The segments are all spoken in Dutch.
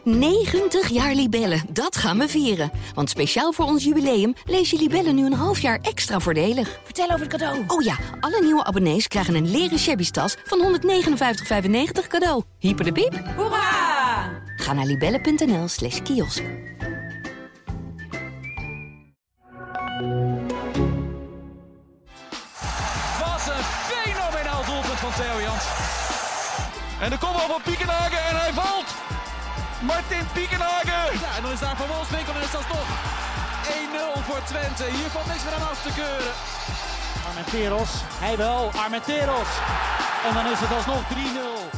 90 jaar Libellen, dat gaan we vieren. Want speciaal voor ons jubileum lees je Libellen nu een half jaar extra voordelig. Vertel over het cadeau. Oh ja, alle nieuwe abonnees krijgen een leren shabby tas van 159,95 cadeau. Hyper de piep. Hoera! Ga naar libellen.nl/kiosk. Wat een fenomenaal doelpunt van Theo Jans. En de kopbal van Piekenhagen en hij valt. Martin Piekenhagen. Ja, en dan is daar Van Wolfswinkel en is dat toch 1-0 voor Twente. Hier valt niks meer aan af te keuren. Armenteros, hij wel, Armenteros. En dan is het alsnog 3-0.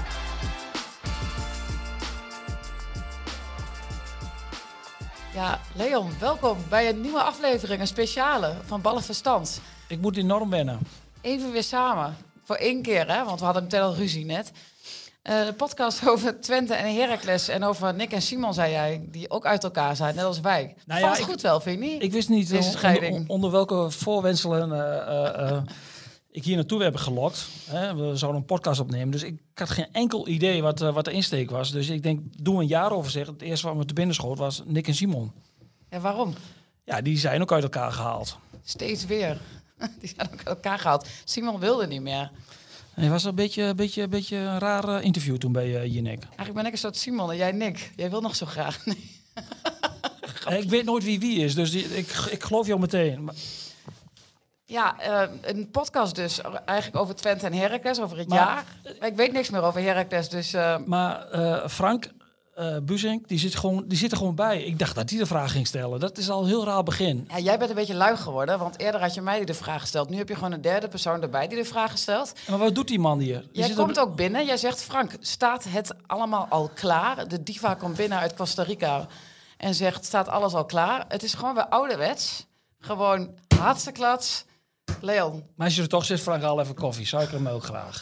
Ja, Leon, welkom bij een nieuwe aflevering, een speciale van Ballenverstand. Ik moet enorm wennen. Even weer samen, voor 1 keer, hè? Want we hadden meteen al ruzie net. De podcast over Twente en Heracles en over Nick en Simon, zei jij, die ook uit elkaar zijn, net als wij. Nou ja, Valt goed wel, vind je niet? Ik wist niet Deze scheiding. onder welke voorwendselen ik hier naartoe heb gelokt. We zouden een podcast opnemen, dus ik had geen enkel idee wat de insteek was. Dus ik denk, doe een jaar over zeggen. Het eerste wat me te binnen schoot was Nick en Simon. Ja, waarom? Ja, die zijn ook uit elkaar gehaald. Steeds weer. Die zijn ook uit elkaar gehaald. Simon wilde niet meer. Het was een beetje een raar interview toen bij Jinek. Eigenlijk ben ik een soort Simon en jij Nick. Jij wil nog zo graag. Nee. Ik weet nooit wie is, dus ik geloof jou meteen. Maar, Ja, een podcast dus eigenlijk over Twente en Heracles, over het jaar. Ik weet niks meer over Heracles, dus... maar Frank Buzink, die zit er gewoon bij. Ik dacht dat hij de vraag ging stellen. Dat is al een heel raar begin. Ja, jij bent een beetje lui geworden, want eerder had je mij die de vraag stelt. Nu heb je gewoon een derde persoon erbij die de vraag stelt. Maar wat doet die man hier? Jij komt ook binnen, jij zegt, Frank, staat het allemaal al klaar? De diva komt binnen uit Costa Rica en zegt, staat alles al klaar? Het is gewoon weer ouderwets. Gewoon hartstikke klats. Leon. Maar als je er toch zit, Frank, al even koffie. Suikermelk graag.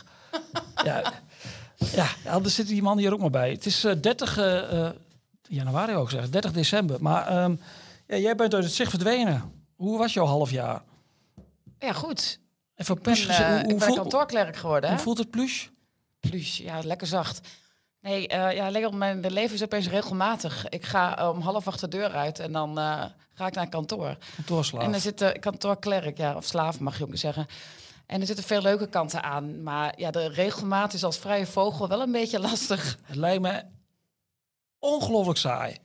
Ja, anders zit die man hier ook maar bij. Het is 30 januari ook zeggen, 30 december. Maar jij bent uit het zicht verdwenen. Hoe was jouw half jaar? Ja, goed. Even Ik ben kantoorklerk geworden. Hoe Hè? voelt het plush? Plus, ja, lekker zacht. Nee, Leon, mijn leven is opeens regelmatig. Ik ga om 7:30 de deur uit en dan ga ik naar kantoor. Kantoorslaaf. En er zit kantoorklerk, ja, of slaaf mag je ook zeggen. En er zitten veel leuke kanten aan. Maar ja, de regelmaat is als vrije vogel wel een beetje lastig. Het lijkt me ongelooflijk saai.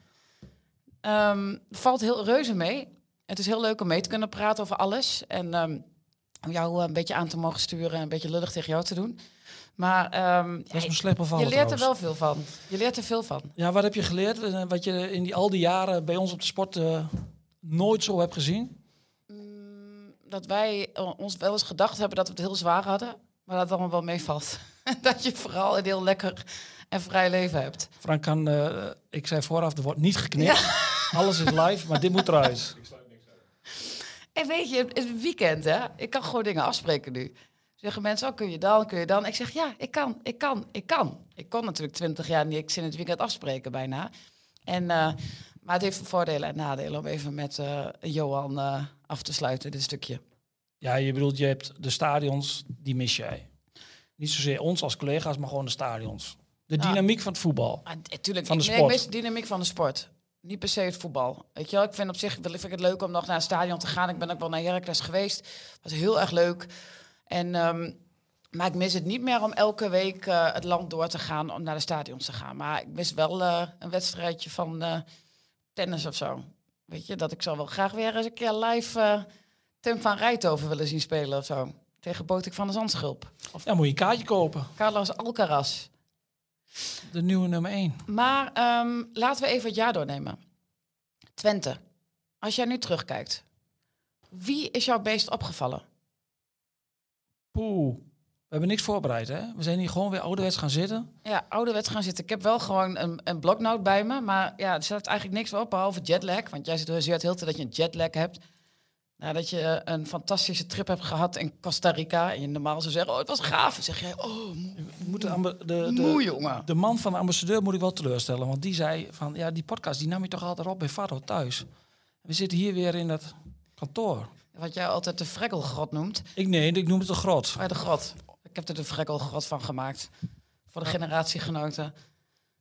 Valt heel reuze mee. Het is heel leuk om mee te kunnen praten over alles. En om jou een beetje aan te mogen sturen en een beetje lullig tegen jou te doen. Maar Dat is me slecht bevallen. je leert er trouwens. wel veel van. Je leert er veel van. Ja, wat heb je geleerd? Wat je in al die jaren bij ons op de sport nooit zo hebt gezien? Dat wij ons wel eens gedacht hebben dat we het heel zwaar hadden. Maar dat het allemaal wel meevalt. Dat je vooral een heel lekker en vrij leven hebt. Frank kan, ik zei vooraf, er wordt niet geknipt. Ja. Alles is live, maar dit moet eruit. En weet je, het is een weekend, hè? Ik kan gewoon dingen afspreken nu. Zeggen mensen, oh, kun je dan? Ik zeg, ja, ik kan. Ik kon natuurlijk 20 jaar niks in het weekend afspreken bijna. En, maar het heeft voordelen en nadelen om even met Johan af te sluiten, dit stukje. Ja, je bedoelt, je hebt de stadions, die mis jij. Niet zozeer ons als collega's, maar gewoon de stadions. De dynamiek van het voetbal. Tuurlijk, van de ik sport. mis de dynamiek van de sport. Niet per se het voetbal. Weet je wel, ik vind op zich vind ik het leuk om nog naar het stadion te gaan. Ik ben ook wel naar Heracles geweest. Was heel erg leuk. En, maar ik mis het niet meer om elke week het land door te gaan om naar de stadions te gaan. Maar ik mis wel een wedstrijdje van tennis of zo. Weet je, dat ik zou wel graag weer eens een keer live Tim van Rijthoven willen zien spelen of zo. Tegen Botik van de Zandschulp. Of Ja, moet je een kaartje kopen. Carlos Alcaraz. De nieuwe nummer 1. Maar laten we even het jaar doornemen. Twente, als jij nu terugkijkt. Wie is jouw meest opgevallen? Poeh. We hebben niks voorbereid, hè? We zijn hier gewoon weer ouderwets gaan zitten. Ja, ouderwets gaan zitten. Ik heb wel gewoon een bloknoot bij me. Maar ja, er staat eigenlijk niks op, behalve jetlag. Want jij zeurt heel te dat je een jetlag hebt. Nadat je een fantastische trip hebt gehad in Costa Rica. En je normaal zou zeggen, oh, het was gaaf. Dan zeg jij, oh, moe, jongen. De man van de ambassadeur moet ik wel teleurstellen. Want die zei van, ja, die podcast die nam je toch altijd op bij Faro thuis. We zitten hier weer in dat kantoor. Wat jij altijd de Frekkelgrot noemt. Ik noem het de grot. Bij de grot. Ik heb er de Frekkelgrot van gemaakt. Voor de generatiegenoten.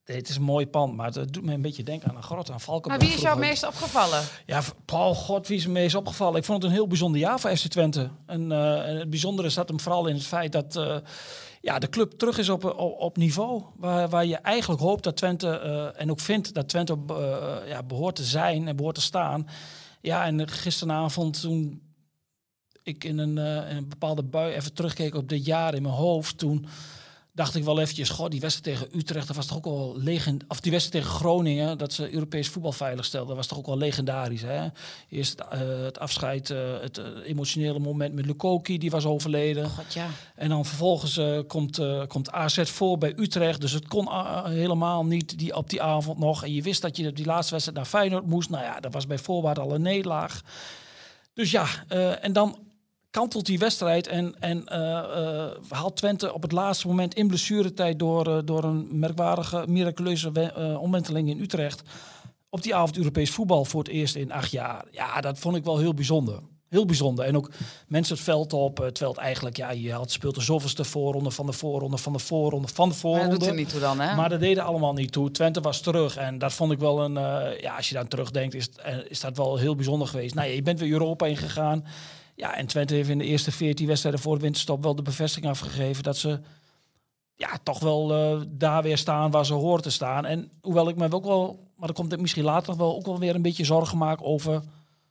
het is een mooi pand, maar het doet me een beetje denken aan een grot, aan Valkenburg. Maar wie is jou het meest opgevallen? Ja, wie is me meest opgevallen? Ik vond het een heel bijzonder jaar voor FC Twente. En het bijzondere zat hem vooral in het feit dat de club terug is op niveau. Waar je eigenlijk hoopt dat Twente, en ook vindt dat Twente behoort te zijn en behoort te staan. Ja, en gisteravond toen ik in een bepaalde bui even terugkeek op dit jaar in mijn hoofd, toen dacht ik wel eventjes, die wedstrijd tegen Utrecht, dat was toch ook wel of die wedstrijd tegen Groningen, dat ze Europees voetbal veilig stelden, dat was toch ook wel legendarisch. Hè? Eerst het afscheid, het emotionele moment met Lukoki, die was overleden. God, ja. En dan vervolgens komt AZ voor bij Utrecht, dus het kon helemaal niet op die avond nog. En je wist dat je op die laatste wedstrijd naar Feyenoord moest. Nou ja, dat was bij voorbaat al een nederlaag. Dus ja, en dan kantelt die wedstrijd en haalt Twente op het laatste moment in blessuretijd door een merkwaardige, miraculeuze omwenteling in Utrecht op die avond Europees voetbal voor het eerst in 8 jaar. Ja, dat vond ik wel heel bijzonder. Heel bijzonder. En ook mensen het veld op, terwijl het eigenlijk, je speelt de zoveelste voorronde van de voorronde van de voorronde van de voorronde. Maar dat doet er niet toe dan, hè? Maar dat deden allemaal niet toe. Twente was terug en dat vond ik wel als je daar terugdenkt, is dat wel heel bijzonder geweest. Nou ja, je bent weer Europa ingegaan. Ja, en Twente heeft in de eerste 14 wedstrijden voor de winterstop wel de bevestiging afgegeven dat ze toch wel daar weer staan waar ze horen te staan. En hoewel ik me ook wel, maar dan komt het misschien later nog wel, ook wel weer een beetje zorgen maken over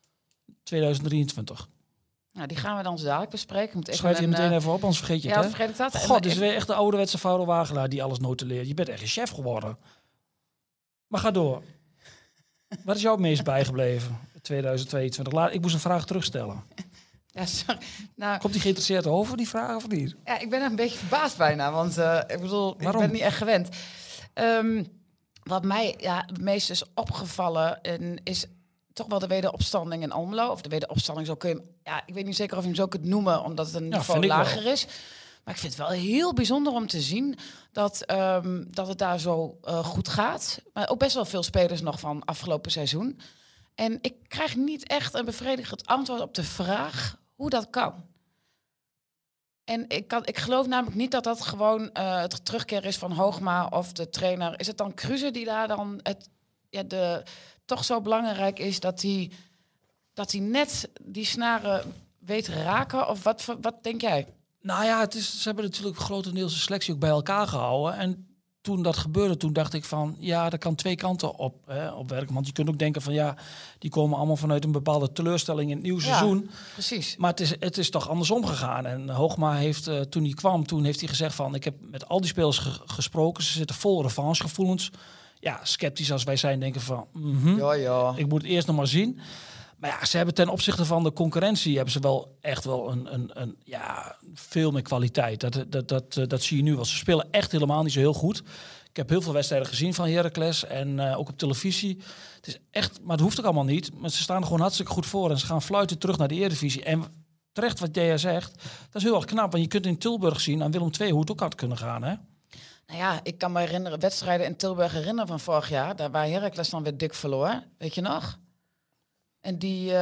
2023. Nou, die gaan we dan zo dadelijk bespreken. Schrijf je meteen even op, anders vergeet je het. Ja, vergeet ik dat. God, dit is weer echt de ouderwetse Faudo Wagelaar die alles notuleert. Je bent echt een chef geworden. Maar ga door. Wat is jou het meest bijgebleven in 2022? Ik moest een vraag terugstellen. Ja, sorry. Nou, komt die geïnteresseerd over, die vraag, of niet? Ja, ik ben een beetje verbaasd bijna, want ik bedoel, waarom? Ik ben niet echt gewend. Wat mij het meest is opgevallen is toch wel de wederopstanding in Almelo. Of de wederopstanding, zo kun je ik weet niet zeker of je hem zo kunt noemen, omdat het een niveau lager is. Maar ik vind het wel heel bijzonder om te zien dat het daar zo goed gaat. Maar ook best wel veel spelers nog van afgelopen seizoen. En ik krijg niet echt een bevredigend antwoord op de vraag hoe dat kan. En ik geloof namelijk niet dat dat gewoon het terugkeer is van Hoogma of de trainer. Is het dan Kruse die daar dan toch zo belangrijk is dat hij net die snaren weet te raken? Of wat denk jij? Nou ja, ze hebben natuurlijk grotendeels de selectie ook bij elkaar gehouden. En toen dat gebeurde, toen dacht ik van, dat kan twee kanten op werken. Want je kunt ook denken van, die komen allemaal vanuit een bepaalde teleurstelling in het nieuwe seizoen. Precies. Maar het is toch andersom gegaan. En Hoogma heeft, toen hij kwam, heeft hij gezegd van, ik heb met al die spelers gesproken. Ze zitten vol revanchegevoelens. Ja, sceptisch als wij zijn, denken van, ik moet het eerst nog maar zien. Maar ze hebben ten opzichte van de concurrentie hebben ze wel echt wel een veel meer kwaliteit. Dat zie je nu wel. Ze spelen echt helemaal niet zo heel goed. Ik heb heel veel wedstrijden gezien van Heracles en ook op televisie. Het is echt, maar het hoeft ook allemaal niet. Maar ze staan er gewoon hartstikke goed voor en ze gaan fluiten terug naar de Eredivisie. En terecht wat jij zegt, dat is heel erg knap. Want je kunt in Tilburg zien aan Willem II hoe het ook had kunnen gaan, hè? Nou ja, ik kan me herinneren, wedstrijden in Tilburg herinneren van vorig jaar. Daar waar Heracles dan weer dik verloor. Weet je nog? En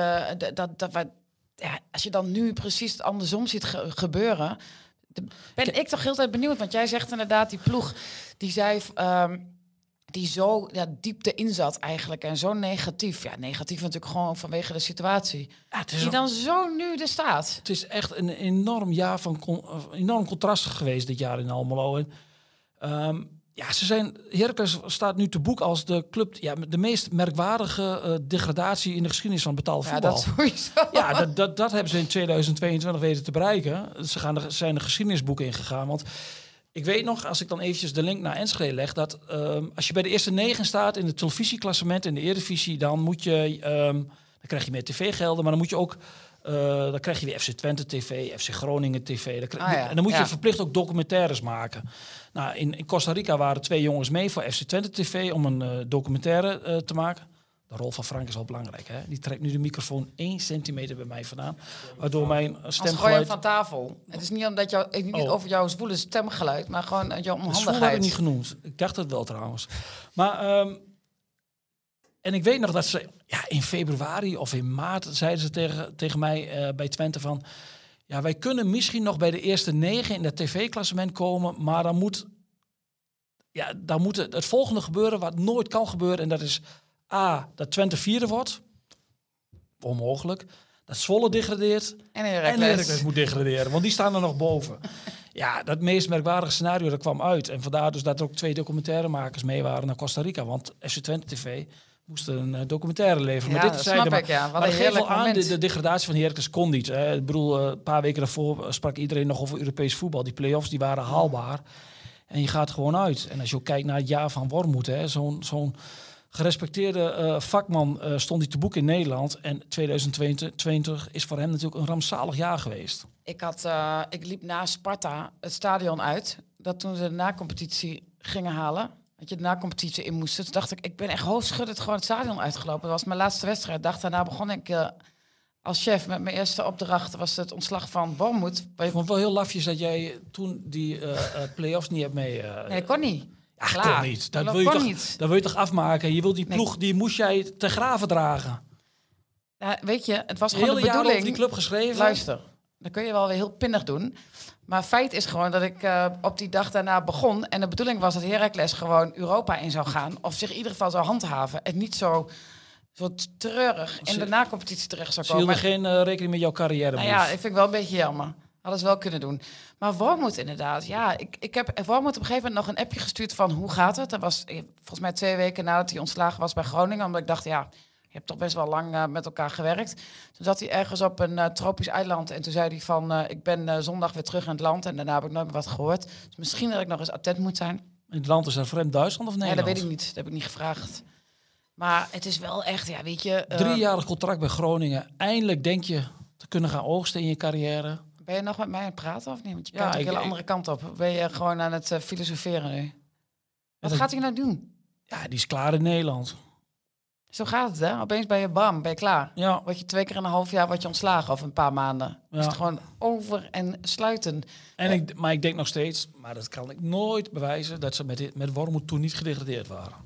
als je dan nu precies het andersom ziet gebeuren, ben ik toch heel tijd benieuwd. Want jij zegt inderdaad, die ploeg, die zei, die zo diepte inzat eigenlijk en zo negatief. Ja, negatief natuurlijk gewoon vanwege de situatie. Ja, die dan zo nu er staat. Het is echt een enorm jaar van enorm contrast geweest dit jaar in Almelo. En, Heracles staat nu te boek als de club de meest merkwaardige degradatie in de geschiedenis van betaald voetbal. Ja, dat sowieso. Ja, dat hebben ze in 2022 weten te bereiken. Ze zijn de geschiedenisboeken ingegaan. Want ik weet nog, als ik dan eventjes de link naar Enschede leg, dat als je bij de eerste 9 staat in het televisieklassement in de Eredivisie, dan moet je, dan krijg je meer tv-gelden, maar dan moet je ook dan krijg je weer FC Twente TV, FC Groningen TV. En dan moet je verplicht ook documentaires maken. Nou, in Costa Rica waren 2 jongens mee voor FC Twente TV om een documentaire te maken. De rol van Frank is wel belangrijk. Hè? Die trekt nu de microfoon 1 centimeter bij mij vandaan. Waardoor mijn stemgeluid... Gooi hem van tafel. Het is niet omdat niet over jouw zwoele stemgeluid, maar gewoon jouw onhandigheid. Zwoel heb ik niet genoemd. Ik dacht het wel trouwens. Maar... En ik weet nog dat ze in februari of in maart zeiden ze tegen mij bij Twente van... Ja, wij kunnen misschien nog bij de eerste 9 in dat tv-klassement komen, maar dan moet Ja, dan moet het volgende gebeuren wat nooit kan gebeuren. En dat is A, dat Twente vierde wordt. Onmogelijk. Dat Zwolle degradeert. En Heracles moet degraderen, want die staan er nog boven. Ja, dat meest merkwaardige scenario dat kwam uit. En vandaar dus dat er ook 2 documentairemakers mee waren naar Costa Rica. Want FC Twente TV moest een documentaire leveren. Ja, maar dit dat zeiden, snap ik, ja. Wat maar een dat geeft wel heerlijk aan, moment. de degradatie van Heracles kon niet. Hè. Ik bedoel, een paar weken daarvoor sprak iedereen nog over Europees voetbal. Die play-offs die waren haalbaar. En je gaat gewoon uit. En als je ook kijkt naar het jaar van Wormoed, zo'n gerespecteerde vakman stond hij te boek in Nederland. En 2022 is voor hem natuurlijk een rampzalig jaar geweest. Ik liep na Sparta het stadion uit. Dat toen ze de na-competitie gingen halen. Dat je de na-competitie in moest. Dus dacht ik ben echt hoofdschuddend gewoon het stadion uitgelopen. Dat was mijn laatste wedstrijd. Dag daarna begon ik als chef met mijn eerste opdracht. Was het ontslag van Wormoed. Ik vond het wel heel lafjes dat jij toen die play-offs niet hebt mee... Nee, dat kon niet. Ja, Klaar. kon niet. Dat wil je toch afmaken? Je wil die ploeg, die moest jij te graven dragen. Ja, weet je, het was Het gewoon hele de jaar bedoeling. over die club geschreven. Luister, dan kun je wel weer heel pinnig doen. Maar feit is gewoon dat ik op die dag daarna begon. En de bedoeling was dat Heracles gewoon Europa in zou gaan. Of zich in ieder geval zou handhaven. En niet zo treurig in de na-competitie terecht zou Ze komen. hielden geen rekening met jouw carrière. Nou ja, ik vind ik wel een beetje jammer. Hadden ze wel kunnen doen. Maar Wormoed inderdaad. Ja, ik heb Wormoed op een gegeven moment nog een appje gestuurd van hoe gaat het? Dat was volgens mij 2 weken nadat hij ontslagen was bij Groningen. Omdat ik dacht, ja, je hebt toch best wel lang met elkaar gewerkt. Toen zat hij ergens op een tropisch eiland. En toen zei hij van, ik ben zondag weer terug in het land. En daarna heb ik nooit meer wat gehoord. Dus misschien dat ik nog eens attent moet zijn. In het land is dat voor hem Duitsland of Nederland? Ja, dat weet ik niet. Dat heb ik niet gevraagd. Maar het is wel echt, ja, weet je... 3-jarig contract bij Groningen. Eindelijk denk je te kunnen gaan oogsten in je carrière. Ben je nog met mij aan het praten of niet? Want je Ja, kijkt ook een hele andere kant op. Ben je gewoon aan het filosoferen nu? Wat gaat hij nou doen? Ja, die is klaar in Nederland. Zo gaat het, hè? Opeens ben je bam, ben je klaar. Ja. Word je 2 keer in een half jaar ontslagen of een paar maanden. Ja. Is het gewoon over en sluiten. En maar ik denk nog steeds, maar dat kan ik nooit bewijzen, dat ze met Wormoed toen niet gedegradeerd waren.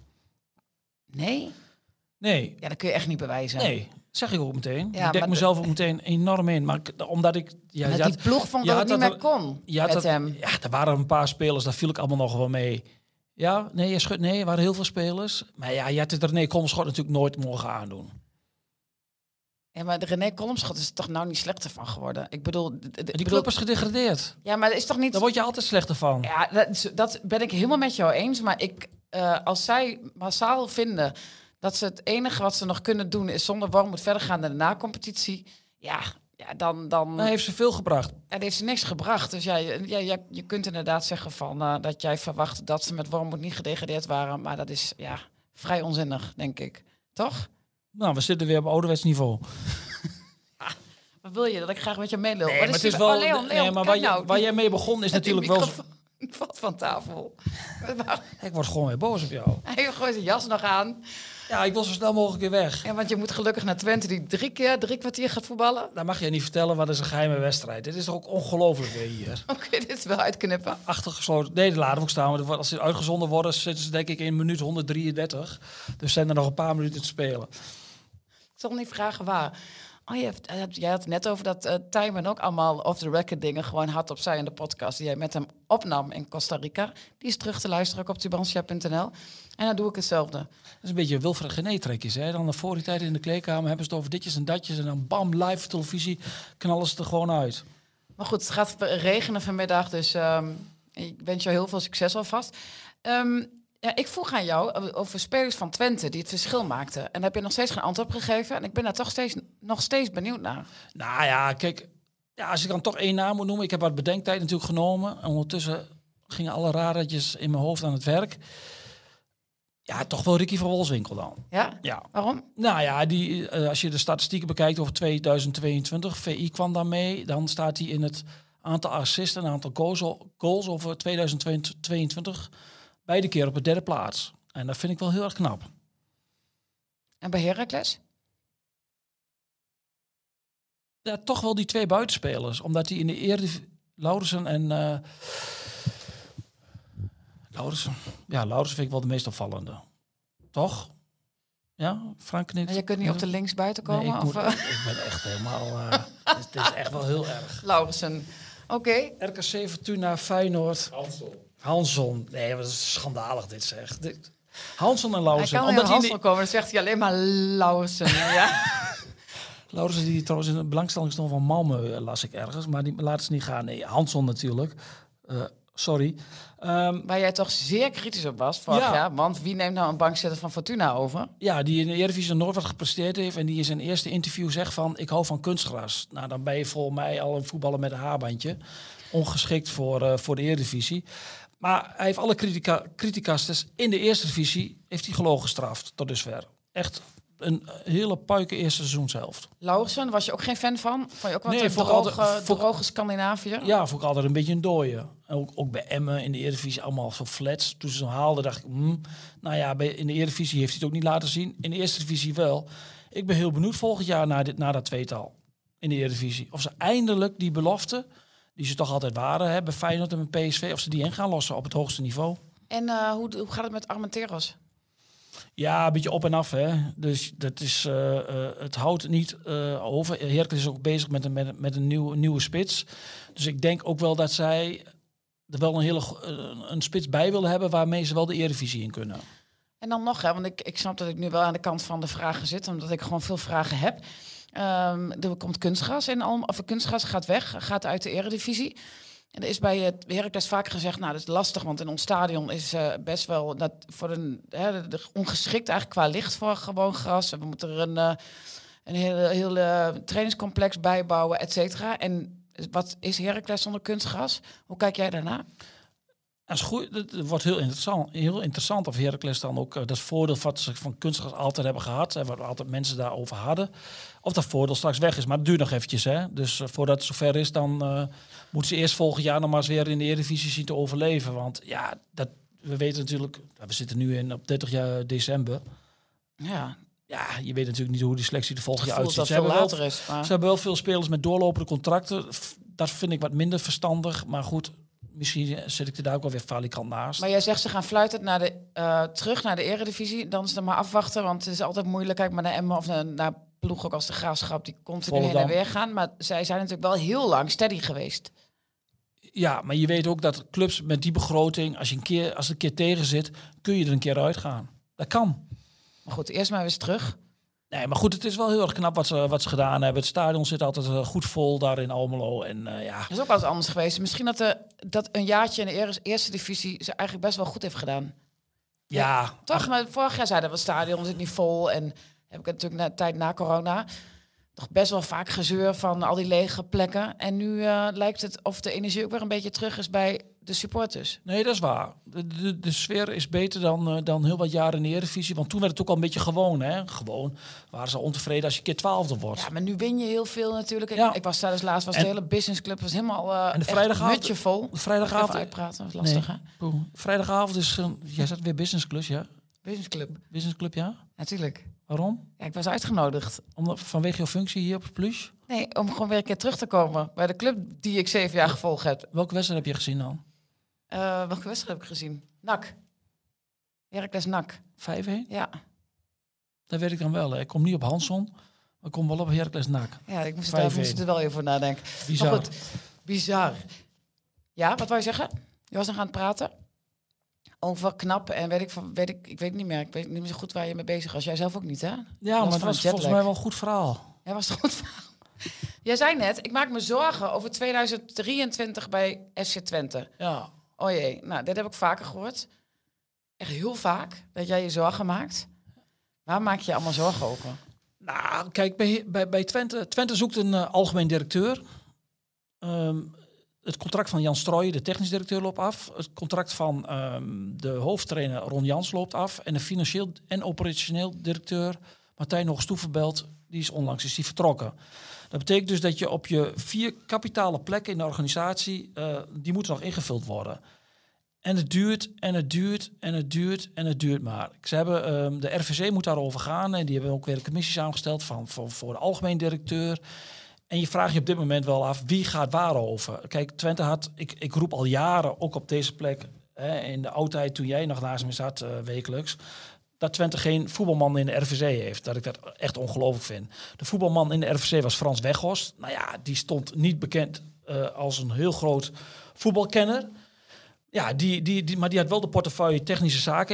Nee? Nee. Ja, dat kun je echt niet bewijzen. Nee, zeg ik ook meteen. Ja, ik dek maar mezelf ook meteen enorm in. Maar omdat ik... Ja, Maar die ploeg vond dat het niet meer kon met hem. Ja, er waren een paar spelers, daar viel ik allemaal nog wel mee. Ja, nee, er waren heel veel spelers. Maar ja, je had het René Kolmschot natuurlijk nooit mogen aandoen. Ja, maar de René Kolmschot is er toch nou niet slechter van geworden? Ik bedoel... Die club is gedegradeerd. Ja, maar dat is toch niet... Daar word je altijd slechter van. Ja, dat ben ik helemaal met jou eens. Maar als zij massaal vinden dat ze het enige wat ze nog kunnen doen is zonder Wormoed verder gaan naar de na-competitie. Ja, dan... Hij heeft ze veel gebracht. En heeft ze niks gebracht. Dus je kunt inderdaad zeggen van dat jij verwacht dat ze met Wormoed niet gedegradeerd waren. Maar dat is vrij onzinnig, denk ik. Toch? Nou, we zitten weer op ouderwets niveau. Wat wil je? Dat ik graag met je meeloop? Nee, maar het is wel... nee, maar waar jij mee begon is natuurlijk wel... Het valt van tafel. Ik word gewoon weer boos op jou. Hij heeft gewoon zijn jas nog aan. Ja, ik wil zo snel mogelijk weer weg. Ja, want je moet gelukkig naar Twente die 3 kwartier gaat voetballen. Dan mag je niet vertellen, wat is een geheime wedstrijd. Dit is toch ook ongelooflijk weer hier. Oké, dit is wel uitknippen. Achtergesloten. Nee, dat laten we ook staan. Want als ze uitgezonden worden, zitten ze denk ik in minuut 133. Dus zijn er nog een paar minuten te spelen. Ik zal niet vragen waar. Oh, jij had het net over dat Tijmen ook allemaal off-the-record dingen gewoon hard opzij in de podcast die jij met hem opnam in Costa Rica. Die is terug te luisteren ook op tubantia.nl. En dan doe ik hetzelfde. Dat is een beetje Wilfred Gené-trekjes. Dan voor die tijd in de kleedkamer hebben ze het over ditjes en datjes. En dan bam, live televisie, knallen ze er gewoon uit. Maar goed, het gaat regenen vanmiddag. Dus ik wens jou heel veel succes alvast. Ja, ik vroeg aan jou over spelers van Twente die het verschil maakten. En daar heb je nog steeds geen antwoord op gegeven. En ik ben daar toch nog steeds benieuwd naar. Nou ja, kijk, als ik dan toch 1 naam moet noemen. Ik heb wat bedenktijd natuurlijk genomen. En ondertussen gingen alle radertjes in mijn hoofd aan het werk. Ja, toch wel Ricky van Wolfswinkel dan. Ja? Ja. Waarom? Nou ja, als je de statistieken bekijkt over 2022, VI kwam dan mee. Dan staat hij in het aantal assists en aantal goals over 2022... beide keer op de 3e plaats. En dat vind ik wel heel erg knap. En bij Heracles? Ja, toch wel die 2 buitenspelers. Omdat die in de Eredivisie... Laurensen en... Laurensen vind ik wel de meest opvallende. Toch? Ja, Frank knikt. En je kunt niet op de linksbuiten komen? Nee, ik ben echt helemaal... het is echt wel heel erg. Laurensen. Oké. RKC, Fortuna, Feyenoord. Hansson. Nee, wat is schandalig dit zeg. Hansson en Hij Lauwersen. kan naar Hansel komen, dan zegt hij alleen maar Lauwersen. Ja. Lauwersen die trouwens in de belangstelling stond van Malmö, las ik ergens. Maar die laat ze niet gaan. Nee, Hansson natuurlijk. Sorry. Waar jij toch zeer kritisch op was vorig Ja. jaar. Want wie neemt nou een bankzitter van Fortuna over? Ja, die in de Eredivisie nooit wat gepresteerd heeft. En die in zijn eerste interview zegt van, ik hou van kunstgras. Nou, dan ben je volgens mij al een voetballer met een haarbandje. Ongeschikt voor de Eredivisie. Maar hij heeft alle criticasters in de eerste divisie heeft hij gelogen gestraft tot dusver. Echt een hele puike eerste seizoenshelft. Lauwersen, was je ook geen fan van? Vond je ook wel Nee, een vond ik droge Scandinaviër? Ja, vond ik altijd een beetje een dooie. Ook bij Emmen in de Eredivisie allemaal zo flats. Toen ze hem haalden dacht ik, nou ja, in de Eredivisie heeft hij het ook niet laten zien. In de eerste divisie wel. Ik ben heel benieuwd volgend jaar naar dat tweetal in de Eredivisie. Of ze eindelijk die belofte, die ze toch altijd waren, hè, bij Feyenoord en bij PSV, of ze die in gaan lossen op het hoogste niveau. En hoe gaat het met Armenteros? Ja, een beetje op en af, hè. Dus dat is, het houdt niet over. Heracles is ook bezig met een nieuwe spits. Dus ik denk ook wel dat zij er wel een spits bij willen hebben waarmee ze wel de Eredivisie in kunnen. En dan nog, hè, want ik snap dat ik nu wel aan de kant van de vragen zit, omdat ik gewoon veel vragen heb. Er komt kunstgras of kunstgras gaat weg, gaat uit de Eredivisie. En er is bij het Heracles vaak gezegd, nou, dat is lastig, want in ons stadion is best wel dat voor de ongeschikt eigenlijk qua licht voor gewoon gras. We moeten er een heel trainingscomplex bijbouwen, et cetera. En wat is Heracles zonder kunstgras? Hoe kijk jij daarna? Dat is goed. Het wordt heel interessant of Heracles dan ook dat voordeel wat ze van kunstgras altijd hebben gehad, en waar altijd mensen daarover hadden, of dat voordeel straks weg is. Maar het duurt nog eventjes, hè. Dus voordat het zover is, dan moeten ze eerst volgend jaar nog maar eens weer in de Eredivisie zien te overleven. Want ja, we weten natuurlijk, we zitten nu op 30 december. Ja, Ja, je weet natuurlijk niet hoe die selectie er volgend jaar voelt uitziet. dat veel later is. Maar... Ze hebben wel veel spelers met doorlopende contracten. Dat vind ik wat minder verstandig. Maar goed, misschien zit ik er daar ook wel weer falikant naast. Maar jij zegt ze gaan fluiten terug naar de Eredivisie. Dan is het maar afwachten, want het is altijd moeilijk. Kijk maar naar Emmen of naar ploeg ook als de Graafschap. Die continu heen en weer gaan. Maar zij zijn natuurlijk wel heel lang steady geweest. Ja, maar je weet ook dat clubs met die begroting, als het een keer tegen zit, kun je er een keer uitgaan. Dat kan. Maar goed, eerst maar eens terug. Nee, maar goed, het is wel heel erg knap wat ze gedaan hebben. Het stadion zit altijd goed vol daar in Almelo. En ja. Dat is ook wel eens anders geweest. Misschien dat een jaartje in de eerste divisie ze eigenlijk best wel goed heeft gedaan. Ja. Toch? Maar vorig jaar zeiden we, het stadion zit niet vol. En heb ik het natuurlijk tijd na corona toch best wel vaak gezeur van al die lege plekken. En nu lijkt het of de energie ook weer een beetje terug is bij de supporters. Nee, dat is waar. De sfeer is beter dan heel wat jaren in de Eredivisie. Want toen werd het ook al een beetje gewoon. Hè? Gewoon waren ze ontevreden als je een keer 12e wordt. Ja, maar nu win je heel veel natuurlijk. Ja. Ik was tijdens laatst, de hele businessclub was helemaal en de vrijdagavond, hutje vol. De vrijdagavond even uitpraten, dat is lastig, hè? Vrijdagavond is... jij zat weer businessclub, ja? Businessclub. Businessclub, ja? Natuurlijk. Waarom? Ja, ik was uitgenodigd. Vanwege jouw functie hier op het Plus? Nee, om gewoon weer een keer terug te komen bij de club die ik 7 jaar gevolgd heb. Welke wedstrijd heb je gezien dan? Welke wedstrijd heb ik gezien? NAC. Heracles NAC. 5-1? Ja. Dat weet ik dan wel. Hè. Ik kom niet op Hansson, maar ik kom wel op Heracles NAC. Ja, ik moest er wel even voor nadenken. Bizar. Maar goed, bizar. Ja, wat wou je zeggen? Je was nog aan het praten over knap en ik weet niet meer. Ik weet niet meer zo goed waar je mee bezig was. Jij zelf ook niet, hè? Ja, maar het was volgens mij wel een goed verhaal. Ja, was het een goed verhaal? Jij zei net, ik maak me zorgen over 2023 bij FC Twente. Ja. Oh jee, nou, dit heb ik vaker gehoord. Echt heel vaak, dat jij je zorgen maakt. Waar maak je je allemaal zorgen over? Nou, kijk, bij Twente... Twente zoekt een algemeen directeur. Het contract van Jan Strooijen, de technisch directeur, loopt af. Het contract van de hoofdtrainer Ron Jans loopt af. En de financieel en operationeel directeur Martijn Hoogstoevenbelt, die is onlangs vertrokken. Dat betekent dus dat je op je 4 kapitale plekken in de organisatie, die moeten nog ingevuld worden. En het duurt en het duurt en het duurt en het duurt maar. Ze hebben, de RVC moet daarover gaan en die hebben ook weer een commissie samengesteld voor de algemeen directeur. En je vraagt je op dit moment wel af, wie gaat waarover? Kijk, Twente had, ik roep al jaren, ook op deze plek, in de oudheid toen jij nog naast me zat wekelijks, dat Twente geen voetbalman in de RVC heeft. Dat ik dat echt ongelooflijk vind. De voetbalman in de RVC was Frans Weghorst. Nou ja, die stond niet bekend als een heel groot voetbalkenner. Ja, maar die had wel de portefeuille technische zaken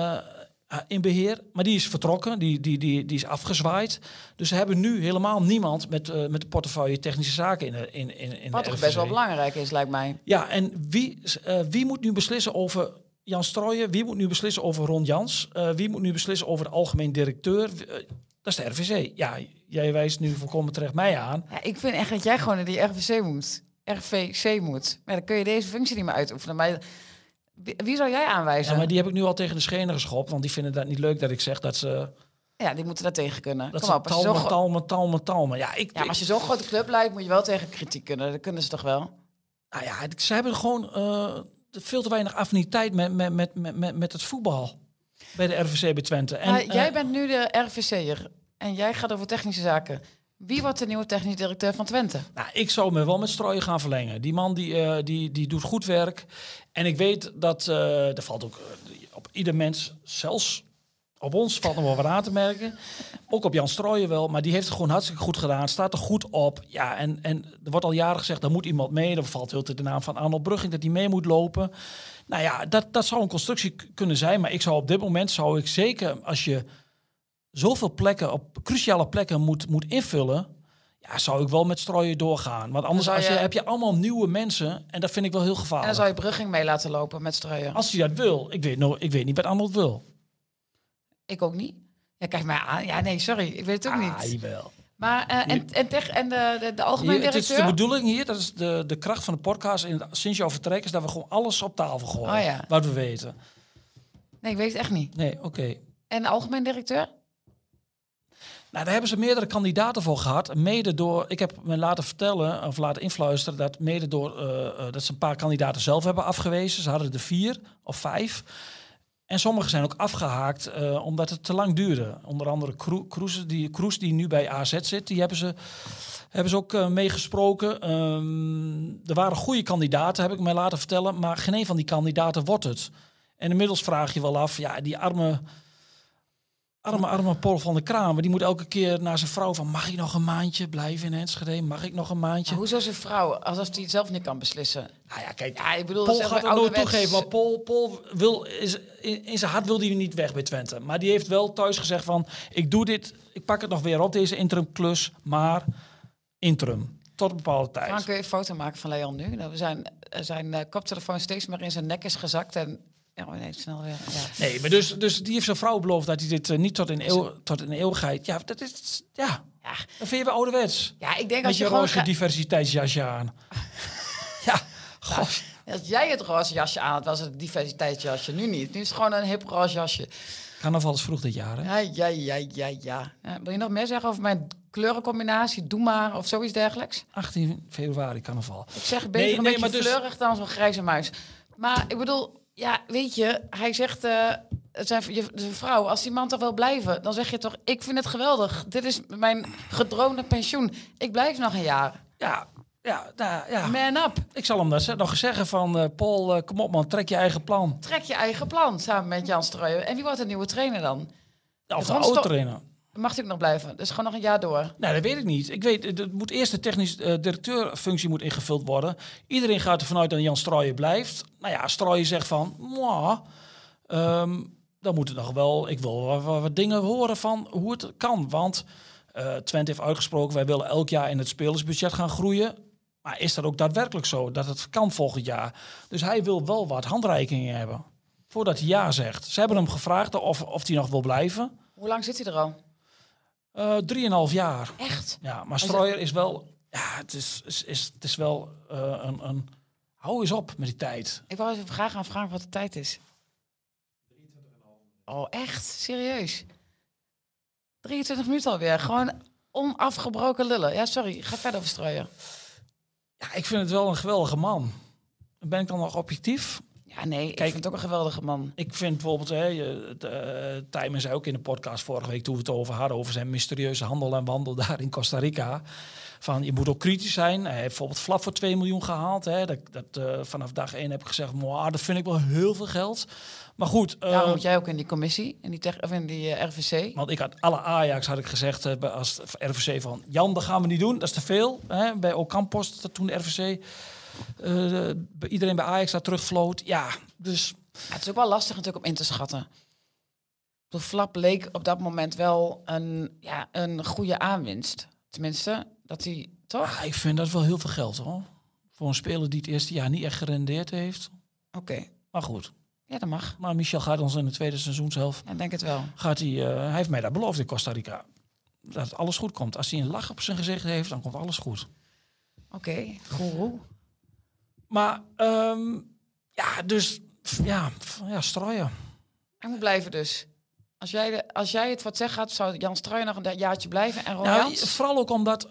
in beheer. Maar die is vertrokken, die is afgezwaaid. Dus ze hebben nu helemaal niemand met de portefeuille technische zaken in Wat de toch RVC. best wel belangrijk is, lijkt mij. Ja, en wie moet nu beslissen over Jan Strooijen? Wie moet nu beslissen over Ron Jans? Wie moet nu beslissen over de algemeen directeur? Dat is de RVC. Ja, jij wijst nu volkomen terecht mij aan. Ja, ik vind echt dat jij gewoon naar die RVC moet. Maar dan kun je deze functie niet meer uitoefenen. Maar wie zou jij aanwijzen? Ja, maar die heb ik nu al tegen de schenen geschopt. Want die vinden dat niet leuk dat ik zeg dat ze... Ja, die moeten daar tegen kunnen. Dat Kom op, als je talmen. Ja, maar als je zo'n grote club leidt, moet je wel tegen kritiek kunnen. Dat kunnen ze toch wel? Nou ja, ze hebben gewoon veel te weinig affiniteit met het voetbal bij de RVC bij Twente. En, jij bent nu de RVC'er en jij gaat over technische zaken. Wie wordt de nieuwe technisch directeur van Twente? Nou, ik zou me wel met Strooijen gaan verlengen. Die man die doet goed werk. En ik weet dat er valt ook op ieder mens, zelfs op ons valt nog wel wat aan te merken. Ook op Jan Strooijen wel, maar die heeft het gewoon hartstikke goed gedaan. Staat er goed op. Ja, en er wordt al jaren gezegd, daar moet iemand mee. Er valt heel de naam van Arnold Brugging dat hij mee moet lopen. Nou ja, dat zou een constructie kunnen zijn. Maar ik zou op dit moment, zeker als je zoveel plekken, op cruciale plekken moet invullen, ja, zou ik wel met Strooijen doorgaan. Want anders heb je allemaal nieuwe mensen en dat vind ik wel heel gevaarlijk. En dan zou je Brugging mee laten lopen met Strooijen. Als hij dat wil. Ik weet niet wat Arnold wil. Ik ook niet. Ja, kijk mij aan. Ja, nee, sorry. Ik weet het ook niet. Jawel. Maar de algemene directeur? Het is de bedoeling hier, dat is de kracht van de podcast sinds jouw vertrek, is dat we gewoon alles op tafel gooien. Oh ja. Wat we weten. Nee, ik weet het echt niet. Nee, oké. En de algemene directeur? Nou, daar hebben ze meerdere kandidaten voor gehad. Mede door, ik heb me laten vertellen, of laten influisteren, dat mede door dat ze een paar kandidaten zelf hebben afgewezen. Ze hadden er 4 of 5. En sommigen zijn ook afgehaakt omdat het te lang duurde. Onder andere Kroes, die nu bij AZ zit, die hebben ze ook meegesproken. Er waren goede kandidaten, heb ik mij laten vertellen, maar geen een van die kandidaten wordt het. En inmiddels vraag je wel af, ja, die arme Paul van der Kraan, maar die moet elke keer naar zijn vrouw van, mag ik nog een maandje blijven in Enschede? Mag ik nog een maandje? Maar hoezo zijn vrouw? Alsof hij het zelf niet kan beslissen. Nou ja, kijk, ja, ik bedoel, Paul gaat het nooit toegeven, maar Paul in zijn hart wil hij niet weg bij Twente. Maar die heeft wel thuis gezegd van, ik doe dit, ik pak het nog weer op, deze interimklus, maar interim. Tot een bepaalde tijd. Frank, kun je een foto maken van Leon nu? Nou, zijn koptelefoon steeds meer in zijn nek is gezakt en... Ja, nee, snel weer. Ja. Nee, maar dus die heeft zijn vrouw beloofd dat hij dit niet tot in eeuwigheid... Ja, dat is... Ja, dat vind je wel ouderwets. Ja, ik denk met als je gewoon roze diversiteitsjasje aan. Ja, god. Als jij het roze jasje aan had, was het diversiteitsjasje. Nu niet. Nu is het gewoon een hip roze jasje. Carnaval is vroeg dit jaar, hè? Ja. Wil je nog meer zeggen over mijn kleurencombinatie? Doe maar, of zoiets dergelijks? 18 februari, carnaval. Ik zeg beter een beetje fleurig dan zo'n grijze muis. Maar ik bedoel... Ja, weet je, hij zegt, zijn vrouw, als die man toch wil blijven, dan zeg je toch, ik vind het geweldig. Dit is mijn gedroomde pensioen. Ik blijf nog een jaar. Ja. Man up. Ik zal hem dat nog zeggen van, Paul, kom op man, trek je eigen plan. Trek je eigen plan, samen met Jan Strooijen. En wie wordt de nieuwe trainer dan? Of de oude trainer. Mag hij ook nog blijven? Dus gewoon nog een jaar door? Nee, dat weet ik niet. Ik weet, het moet eerst de technisch directeurfunctie moet ingevuld worden. Iedereen gaat ervan uit dat Jan Strooijen blijft. Nou ja, Strooijen zegt van, dan moet het nog wel... Ik wil wat dingen horen van hoe het kan. Want Twente heeft uitgesproken, wij willen elk jaar in het spelersbudget gaan groeien. Maar is dat ook daadwerkelijk zo, dat het kan volgend jaar? Dus hij wil wel wat handreikingen hebben, voordat hij ja zegt. Ze hebben hem gevraagd of hij nog wil blijven. Hoe lang zit hij er al? 3,5 jaar. Echt? Ja, maar Strooijer is wel... Ja, het is wel een... Hou eens op met die tijd. Ik wou even graag aan vragen wat de tijd is. 23,5. Oh, echt? Serieus? 23 minuten alweer. Gewoon onafgebroken lullen. Ja, sorry. Ga verder over Strooijer. Ja, ik vind het wel een geweldige man. Ben ik dan nog objectief? Ja, nee, ik vind het ook een geweldige man. Ik vind bijvoorbeeld, Tijmen zei ook in de podcast vorige week, toen we het over hadden, over zijn mysterieuze handel en wandel daar in Costa Rica. Van, je moet ook kritisch zijn. Hij heeft bijvoorbeeld Flap voor 2 miljoen gehaald. Hè. Vanaf dag 1 heb ik gezegd, dat vind ik wel heel veel geld. Maar goed. Daarom moet jij ook in die commissie, in die RVC. Want ik had alle Ajax had ik gezegd als RVC van, Jan, dat gaan we niet doen. Dat is te veel. Hè. Bij Ocampos, toen de RVC. Iedereen bij Ajax daar terugvloot. Ja, dus... Het is ook wel lastig natuurlijk om in te schatten. De Flap leek op dat moment wel een goede aanwinst. Tenminste, dat hij toch... Ik vind dat wel heel veel geld, hoor. Voor een speler die het eerste jaar niet echt gerendeerd heeft. Oké. Maar goed. Ja, dat mag. Maar Michel gaat ons in de tweede seizoenshelft... Ja, denk het wel. Hij heeft mij dat beloofd in Costa Rica. Dat alles goed komt. Als hij een lach op zijn gezicht heeft, dan komt alles goed. Oké, goeroe. Maar, Strooijen. Hij moet blijven dus. Als jij het wat zegt gaat, zou Jan Strooijen nog een jaartje blijven en Ron Jans? Vooral ook omdat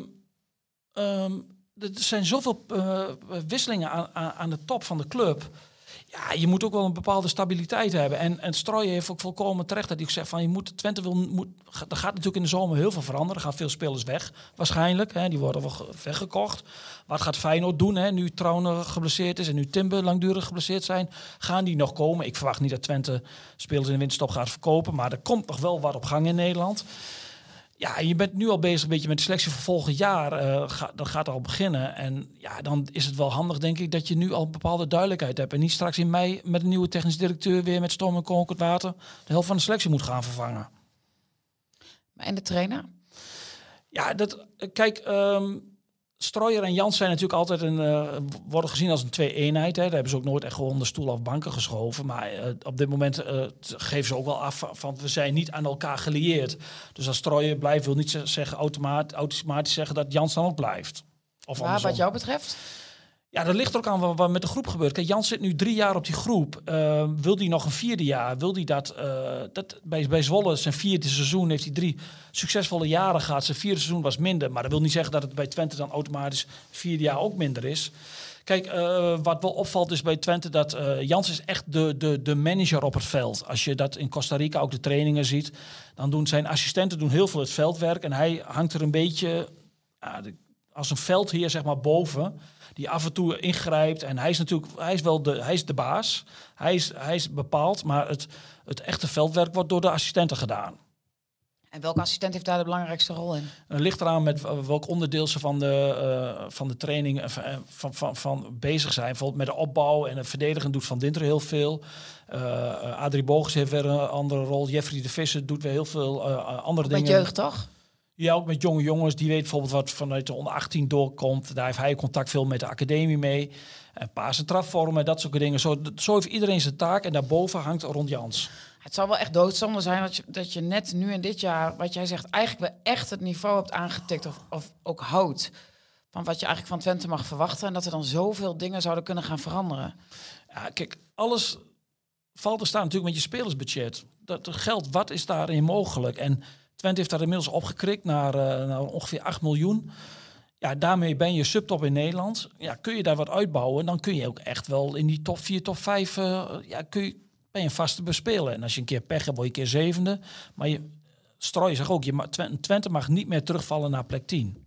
er zijn zoveel wisselingen aan de top van de club. Ja, je moet ook wel een bepaalde stabiliteit hebben. En Strooijen heeft ook volkomen terecht dat hij zegt van Twente er gaat natuurlijk in de zomer heel veel veranderen. Er gaan veel spelers weg, waarschijnlijk. Hè, die worden wel weggekocht. Wat gaat Feyenoord doen, hè, nu Trauner geblesseerd is en nu Timber langdurig geblesseerd zijn? Gaan die nog komen? Ik verwacht niet dat Twente spelers in de winterstop gaat verkopen, maar er komt nog wel wat op gang in Nederland. Ja, je bent nu al bezig een beetje met de selectie voor volgend jaar. Dat gaat al beginnen. En ja, dan is het wel handig, denk ik, dat je nu al bepaalde duidelijkheid hebt. En niet straks in mei met een nieuwe technisch directeur weer met stoom en kokend water de helft van de selectie moet gaan vervangen. En de trainer? Ja, Strooijer en Jans zijn natuurlijk altijd worden gezien als een twee-eenheid. Hè. Daar hebben ze ook nooit echt gewoon de stoel af banken geschoven. Maar op dit moment geven ze ook wel af van we zijn niet aan elkaar gelieerd. Dus als Strooijer blijft, wil niet zeggen automatisch zeggen dat Jans dan ook blijft. Of maar wat jou betreft? Ja, dat ligt er ook aan wat met de groep gebeurt. Kijk, Jans zit nu 3 jaar op die groep. Wil hij nog een 4e jaar? Wil hij dat bij Zwolle, zijn 4e seizoen, heeft hij 3 succesvolle jaren gehad. Zijn 4e seizoen was minder. Maar dat wil niet zeggen dat het bij Twente dan automatisch 4e jaar ook minder is. Kijk, wat wel opvalt is bij Twente dat Jans is echt de manager op het veld. Als je dat in Costa Rica ook de trainingen ziet, dan doen zijn assistenten heel veel het veldwerk. En hij hangt er een beetje als een veldheer, zeg maar, boven. Die af en toe ingrijpt. En hij is de baas. Hij is bepaald. Maar het echte veldwerk wordt door de assistenten gedaan. En welke assistent heeft daar de belangrijkste rol in? Het ligt eraan met welk onderdeel ze van de training van bezig zijn. Bijvoorbeeld met de opbouw en het verdedigen doet Van Dinter heel veel. Adrie Bogus heeft weer een andere rol. Jeffrey de Visser doet weer heel veel andere dingen. Met jeugd, toch? Ja, ook met jonge jongens. Die weet bijvoorbeeld wat vanuit de onder 18 doorkomt. Daar heeft hij contact veel met de academie mee. En paas- en trapvormen, dat soort dingen. Zo heeft iedereen zijn taak. En daarboven hangt Ron Jans. Het zal wel echt doodzonde zijn dat je net nu in dit jaar, wat jij zegt, eigenlijk wel echt het niveau hebt aangetikt of ook houdt. Van wat je eigenlijk van Twente mag verwachten. En dat er dan zoveel dingen zouden kunnen gaan veranderen. Ja, kijk, alles valt te staan natuurlijk met je spelersbudget. Dat geld, wat is daarin mogelijk? En Twente heeft daar inmiddels opgekrikt naar ongeveer 8 miljoen. Ja, daarmee ben je subtop in Nederland. Ja, kun je daar wat uitbouwen, dan kun je ook echt wel in die top 4, top 5... ben je vast te bespelen. En als je een keer pech hebt, word je een keer 7e. Maar Strooijen zegt ook, Twente mag niet meer terugvallen naar plek 10.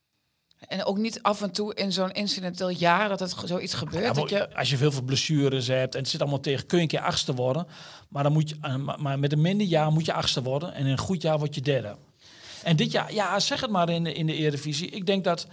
En ook niet af en toe in zo'n incidenteel jaar dat het zoiets gebeurt. Ja, als je veel blessures hebt en het zit allemaal tegen, kun je een keer 8e worden. Maar dan moet je, maar met een minder jaar moet je 8e worden. En in een goed jaar word je 3e. En dit jaar, ja, zeg het maar in de Eredivisie. Ik denk dat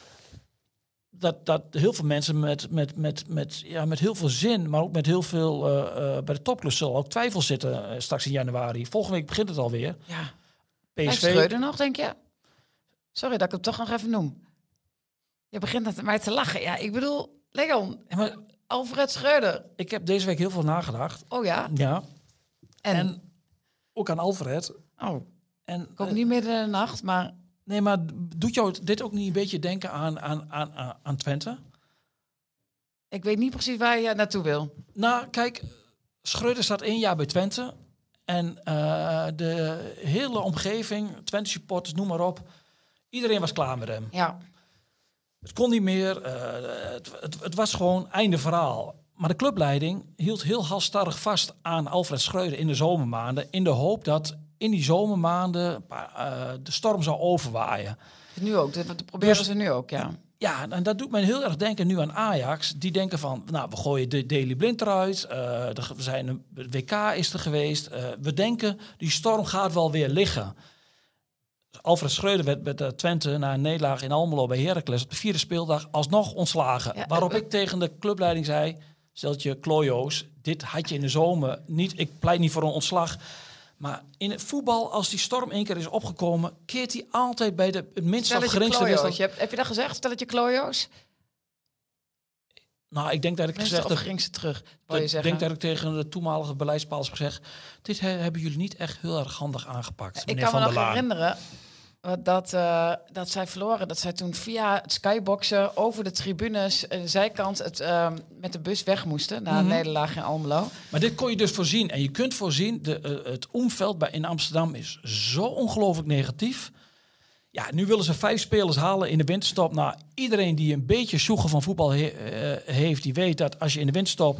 heel veel mensen met heel veel zin, maar ook met heel veel bij de topclubs zullen ook twijfel zitten straks in januari. Volgende week begint het alweer. Ja. PSV. Schreuder nog, denk je? Sorry dat ik hem toch nog even noem. Je begint met mij te lachen. Ja, ik bedoel, Leon, maar Alfred Schreuder. Ik heb deze week heel veel nagedacht. Oh ja? Ja. En ook aan Alfred. Oh, en ik ook niet midden in de nacht, maar... Nee, maar doet jou dit ook niet een beetje denken aan Twente? Ik weet niet precies waar je naartoe wil. Nou, kijk, Schreuder staat 1 jaar bij Twente. En de hele omgeving, Twente supporters, noem maar op. Iedereen was klaar met hem. Ja. Het kon niet meer. Het was gewoon einde verhaal. Maar de clubleiding hield heel halstarrig vast aan Alfred Schreuder in de zomermaanden. In de hoop dat in die zomermaanden de storm zou overwaaien. Nu ook, dat proberen ze nu ook, ja. Ja, en dat doet mij heel erg denken nu aan Ajax. Die denken van, nou, we gooien de Daley Blind eruit. De WK is er geweest. We denken, die storm gaat wel weer liggen. Alfred Schreuder werd bij Twente na een nederlaag in Almelo bij Heracles op de 4e speeldag alsnog ontslagen. Ja, waarop ik tegen de clubleiding zei, steltje Klojo's, dit had je in de zomer niet. Ik pleit niet voor een ontslag. Maar in het voetbal, als die storm 1 keer is opgekomen, keert hij altijd bij het minste of geringste wisselt. Heb je dat gezegd? Stelletje Klojo's? Nou, ik denk dat ik gezegd heb. Ging ze terug? Ik denk dat ik tegen de toenmalige beleidspaals heb gezegd: dit hebben jullie niet echt heel erg handig aangepakt. Ik kan me nog herinneren dat zij verloren. Dat zij toen via het skyboxen over de tribunes en de zijkant met de bus weg moesten na een nederlaag in Almelo. Maar dit kon je dus voorzien. En je kunt voorzien, het omveld in Amsterdam is zo ongelooflijk negatief. Ja, nu willen ze 5 spelers halen in de winterstop. Nou, iedereen die een beetje sjoegen van voetbal heeft, die weet dat als je in de winterstop...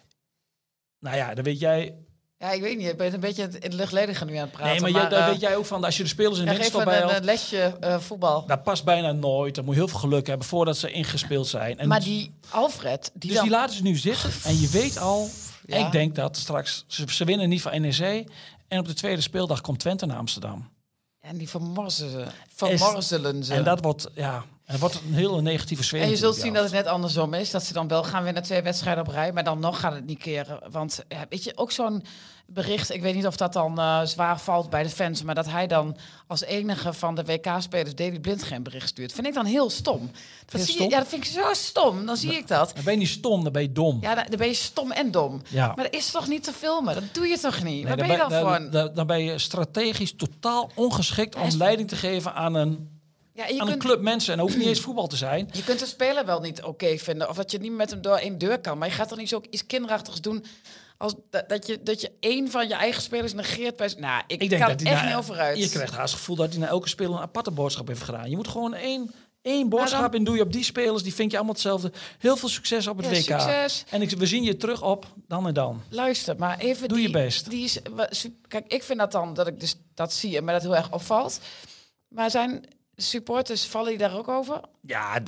Nou ja, dan weet jij... Ja, ik weet niet. Ik ben een beetje in het luchtledige nu aan het praten. Nee, maar daar weet jij ook van, als je de spelers in de winterstop bij een lesje voetbal. Dat past bijna nooit. Dan moet je heel veel geluk hebben voordat ze ingespeeld zijn. En maar die Alfred... die laten ze nu zitten. En je weet al... Ja. Ik denk dat straks... Ze winnen niet van NEC. En op de 2e speeldag komt Twente naar Amsterdam. En die vermorzelen ze. En dat wordt, het wordt een hele negatieve sfeer. En je zult zien dat het net andersom is. Dat ze dan wel gaan winnen 2 wedstrijden op rij. Maar dan nog gaat het niet keren. Want weet je, ook zo'n bericht. Ik weet niet of dat dan zwaar valt bij de fans. Maar dat hij dan als enige van de WK-spelers Daley Blind geen bericht stuurt. Vind ik dan heel stom. Dat vind ik zo stom. Dan zie ik dat. Dan ben je niet stom, dan ben je dom. Ja, dan ben je stom en dom. Ja. Maar dat is toch niet te filmen? Dat doe je toch niet? Waar ben je dan voor? Dan ben je strategisch totaal ongeschikt om leiding te geven aan een... een club mensen, en dat hoeft niet eens voetbal te zijn. Je kunt de speler wel niet oké vinden, of dat je niet met hem door 1 deur kan. Maar je gaat dan niet zo iets kinderachtigs doen als dat je 1 van je eigen spelers negeert bij... Nou, ik denk kan dat echt niet over uit. Je krijgt haast het gevoel dat hij naar elke speler een aparte boodschap heeft gedaan. Je moet gewoon één boodschap in doen je op die spelers. Die vind je allemaal hetzelfde. Heel veel succes op het WK. Succes. En we zien je terug op dan en dan. Luister, maar even... Doe je best. Kijk, ik vind dat dan, dat ik dus dat zie en me dat heel erg opvalt. Maar zijn... supporters, vallen die daar ook over? Ja,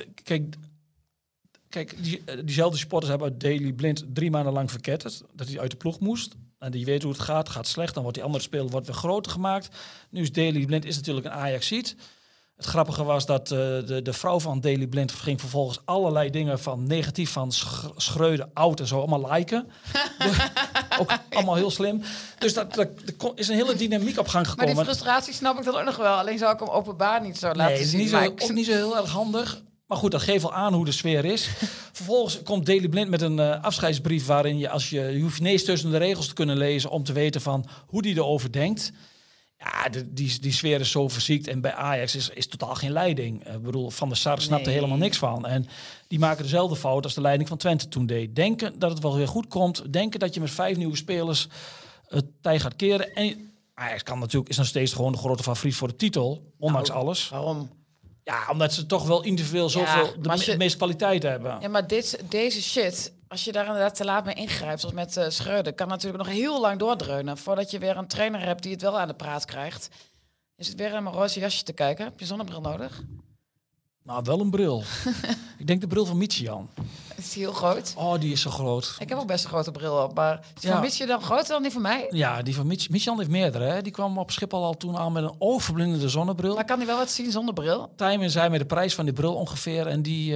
kijk, diezelfde supporters hebben Daley Blind 3 maanden lang verketterd. Dat hij uit de ploeg moest. En die weet hoe het gaat slecht. Dan wordt die andere speler weer groter gemaakt. Nu is Daley Blind natuurlijk een Ajaxiet. Het grappige was dat de vrouw van Daley Blind ging vervolgens allerlei dingen van negatief van Schreuder, oud en zo, allemaal liken. Ook allemaal heel slim. Dus er is een hele dynamiek op gang gekomen. Maar die frustratie snap ik dat ook nog wel. Alleen zou ik hem openbaar niet zo laten zien. Nee, ook niet zo heel erg handig. Maar goed, dat geeft wel aan hoe de sfeer is. Vervolgens komt Daley Blind met een afscheidsbrief waarin je je hoeft niet eens tussen de regels te kunnen lezen om te weten van hoe die erover denkt. Ja, die sfeer is zo verziekt. En bij Ajax is totaal geen leiding. Ik bedoel, Van der Sar snapt er helemaal niks van. En die maken dezelfde fout als de leiding van Twente toen deed. Denken dat het wel weer goed komt. Denken dat je met 5 nieuwe spelers het tij gaat keren. En Ajax is nog steeds gewoon de grote favoriet voor de titel. Ondanks alles. Waarom? Ja, omdat ze toch wel individueel zoveel de meeste kwaliteit hebben. Ja, maar deze shit... Als je daar inderdaad te laat mee ingrijpt, zoals met Schreuder, kan natuurlijk nog heel lang doordreunen. Voordat je weer een trainer hebt die het wel aan de praat krijgt. Is het weer aan mijn roze jasje te kijken? Heb je zonnebril nodig? Nou, wel een bril. Ik denk de bril van Michian. Is die heel groot? Oh, die is zo groot. Ik heb ook best een grote bril op, maar is die van Michian dan groter dan die van mij? Ja, die van Michian heeft meerdere. Hè? Die kwam op Schiphol al toen aan met een oogverblindende zonnebril. Maar kan die wel wat zien zonder bril? Tijmen zei met de prijs van die bril ongeveer en die...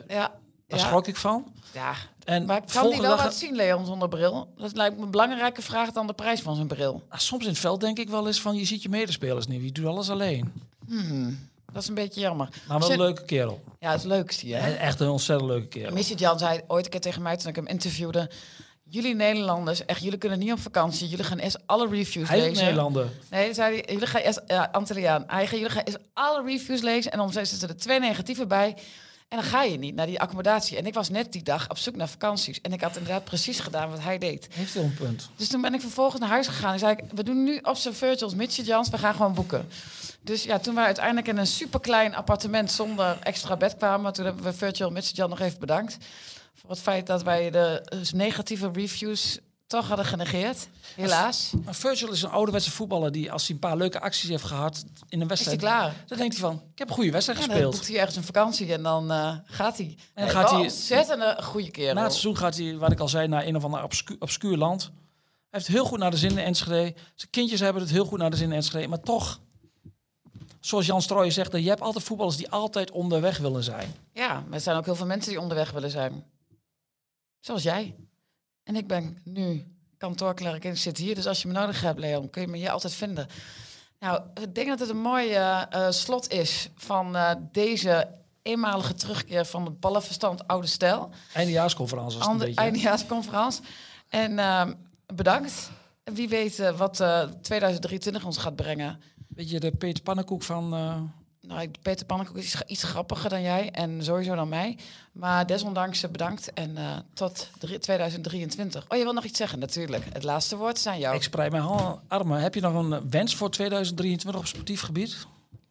Daar schrok ik van. Ja, en maar kan die wel wat zien, Leon, zonder bril? Dat lijkt me een belangrijke vraag dan de prijs van zijn bril. Nou, soms in het veld denk ik wel eens van, je ziet je medespelers niet. Je doet alles alleen. Dat is een beetje jammer. Maar wel een leuke kerel. Ja, het is leuk, zie je. Echt een ontzettend leuke kerel. Midtjylland zei ooit een keer tegen mij toen ik hem interviewde... Jullie Nederlanders, echt, jullie kunnen niet op vakantie. Jullie gaan eerst alle reviews lezen. Hij is Nederlander. Nee, zei hij, jullie gaan eerst... Antilliaan. Jullie gaan eerst alle reviews lezen en dan zetten er 2 negatieve bij... En dan ga je niet naar die accommodatie. En ik was net die dag op zoek naar vakanties. En ik had inderdaad precies gedaan wat hij deed. Heeft hij een punt. Dus toen ben ik vervolgens naar huis gegaan. En zei ik, we doen nu op zijn Virgil's Midtjylland. We gaan gewoon boeken. Dus ja, toen wij uiteindelijk in een superklein appartement zonder extra bed kwamen... toen hebben we Virgil Midtjylland nog even bedankt. Voor het feit dat wij de negatieve reviews toch hadden genegeerd. Helaas. Maar Virgil is een ouderwetse voetballer die als hij een paar leuke acties heeft gehad in een wedstrijd... Is hij klaar? Dan denkt hij van, ik heb een goede wedstrijd dan gespeeld. Dan boekt hij ergens een vakantie en dan gaat hij. En dan gaat hij ontzettend een goede keer. Na het seizoen gaat hij, wat ik al zei, naar een of ander obscuur land. Hij heeft heel goed naar de zin in Enschede. Zijn kindjes hebben het heel goed naar de zin in Enschede. Maar toch zoals Jan Strooijen zegt, je hebt altijd voetballers die altijd onderweg willen zijn. Ja, maar er zijn ook heel veel mensen die onderweg willen zijn. Zoals jij. En ik ben nu kantoorklerk en ik zit hier. Dus als je me nodig hebt, Leon, kun je me hier altijd vinden. Nou, ik denk dat het een mooi slot is van deze eenmalige terugkeer van de ballenverstand Oude Stijl. Eindejaarsconferentie was het een beetje. Eindejaarsconferentie. En bedankt. Wie weet wat 2023 ons gaat brengen. Beetje de Peter Pannenkoek van... Nou, Peter Pannenkoek is iets grappiger dan jij en sowieso dan mij. Maar desondanks bedankt en tot 2023. Oh, je wil nog iets zeggen? Natuurlijk. Het laatste woord is aan jou. Ik spreid mijn armen. Heb je nog een wens voor 2023 op sportief gebied?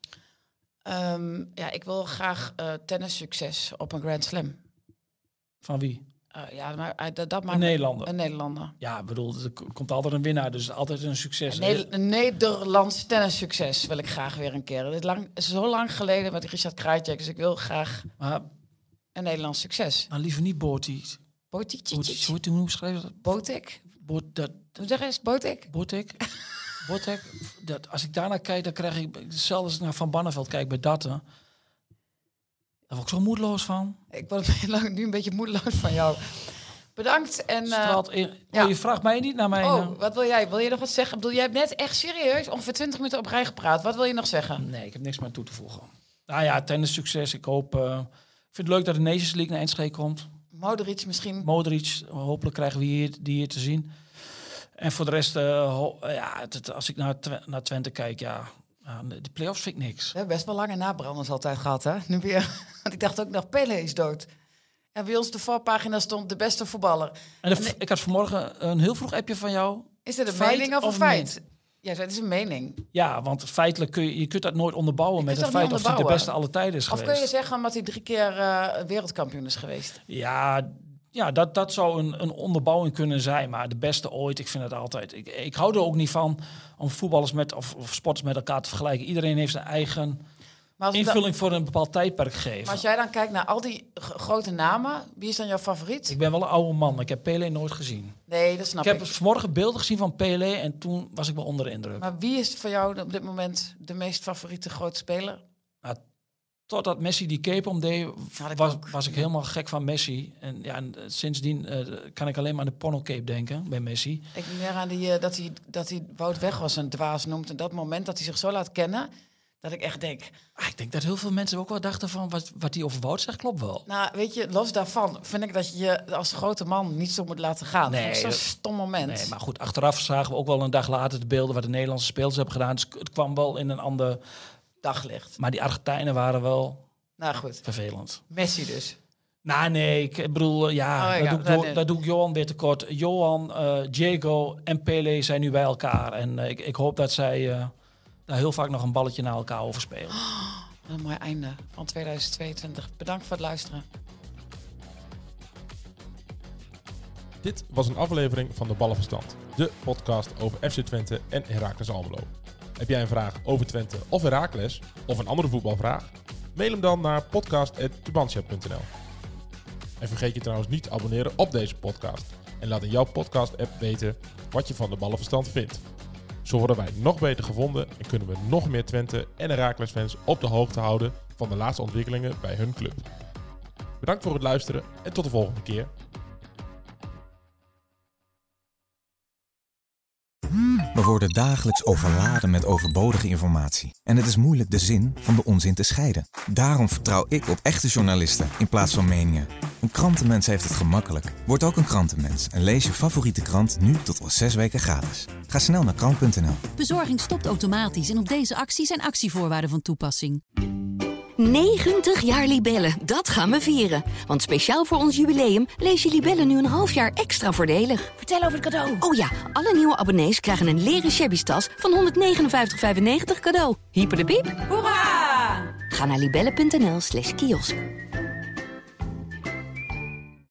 Ja, ik wil graag tennissucces op een Grand Slam. Van wie? Ja, maar dat maakt een Nederlander. Een Nederlander. Ja, bedoel, er komt altijd een winnaar, dus altijd een succes. Een Nederlands tennissucces wil ik graag weer een keer. Dit is zo lang geleden met Richard Krajicek, dus ik wil graag een Nederlands succes. Nou, liever niet Botik. Botik? Hoe schrijf je dat? Botik? Hoe zeg je Botik? Botik. Als ik daarnaar kijk, dan krijg ik hetzelfde als ik naar Van Barneveld kijk bij Datten. Daar word ik zo moedeloos van. Ik word nu een beetje moedeloos van jou. Bedankt. En, je vraagt mij niet naar mijn... wat wil jij? Wil je nog wat zeggen? Ik bedoel, jij hebt net echt serieus ongeveer 20 minuten op rij gepraat. Wat wil je nog zeggen? Nee, ik heb niks meer toe te voegen. Nou ja, tennis succes. Ik hoop... ik vind het leuk dat de Nations League naar Enschede komt. Modric misschien. Hopelijk krijgen we die hier te zien. En voor de rest, als ik naar Twente kijk, de play-offs vind ik niks. We hebben best wel lange nabranders altijd gehad, hè? Nu weer. Want ik dacht ook nog, Pelé is dood. En bij ons de voorpagina stond de beste voetballer. Ik had vanmorgen een heel vroeg appje van jou. Is dit een mening of een feit? Ja, het is een mening. Ja, want feitelijk je kunt dat nooit onderbouwen met het feit of hij de beste alle tijden is geweest. Of kun je zeggen omdat hij 3 keer wereldkampioen is geweest? Ja, dat zou een onderbouwing kunnen zijn. Maar de beste ooit, ik vind het altijd... Ik hou er ook niet van om voetballers of sporters met elkaar te vergelijken. Iedereen heeft zijn eigen invulling voor een bepaald tijdperk gegeven. Maar als jij dan kijkt naar al die grote namen, wie is dan jouw favoriet? Ik ben wel een oude man. Ik heb Pelé nooit gezien. Nee, dat snap ik. Ik heb vanmorgen beelden gezien van Pelé en toen was ik wel onder de indruk. Maar wie is voor jou op dit moment de meest favoriete grote speler? Totdat Messi die cape omdeed, was ik helemaal gek van Messi. En sindsdien kan ik alleen maar aan de porno-cape denken bij Messi. Ik denk meer aan dat hij Wout Weghorst een dwaas noemt. En dat moment dat hij zich zo laat kennen, dat ik echt denk... Ik denk dat heel veel mensen ook wel dachten van wat hij over Wout zegt, klopt wel. Nou, weet je, los daarvan vind ik dat je je als grote man niet zo moet laten gaan. Nee, dat is zo'n stom moment. Nee, maar goed, achteraf zagen we ook wel een dag later de beelden wat de Nederlandse spelers hebben gedaan. Dus het kwam wel in een ander daglicht. Maar die Argentijnen waren wel... Nou goed. Vervelend. Messi dus. Nou nee, ik bedoel, dat doe ik Johan weer tekort. Johan, Diego en Pelé zijn nu bij elkaar. En ik hoop dat zij daar heel vaak nog een balletje naar elkaar over spelen. Een mooi einde van 2022. Bedankt voor het luisteren. Dit was een aflevering van de Ballenverstand. De podcast over FC Twente en Heracles Almelo. Heb jij een vraag over Twente of Heracles? Of een andere voetbalvraag? Mail hem dan naar podcast@tubantia.nl. En vergeet je trouwens niet te abonneren op deze podcast. En laat in jouw podcast-app weten wat je van de Ballenverstand vindt. Zo worden wij nog beter gevonden en kunnen we nog meer Twente en Heracles fans op de hoogte houden van de laatste ontwikkelingen bij hun club. Bedankt voor het luisteren en tot de volgende keer. We worden dagelijks overladen met overbodige informatie. En het is moeilijk de zin van de onzin te scheiden. Daarom vertrouw ik op echte journalisten in plaats van meningen. Een krantenmens heeft het gemakkelijk. Word ook een krantenmens en lees je favoriete krant nu tot al 6 weken gratis. Ga snel naar krant.nl. Bezorging stopt automatisch en op deze actie zijn actievoorwaarden van toepassing. 90 jaar Libellen, dat gaan we vieren. Want speciaal voor ons jubileum lees je Libellen nu een half jaar extra voordelig. Vertel over het cadeau. Oh ja, alle nieuwe abonnees krijgen een leren shabby tas van €159,95 cadeau. Hyper de piep. Hoera! Ga naar libellen.nl/kiosk.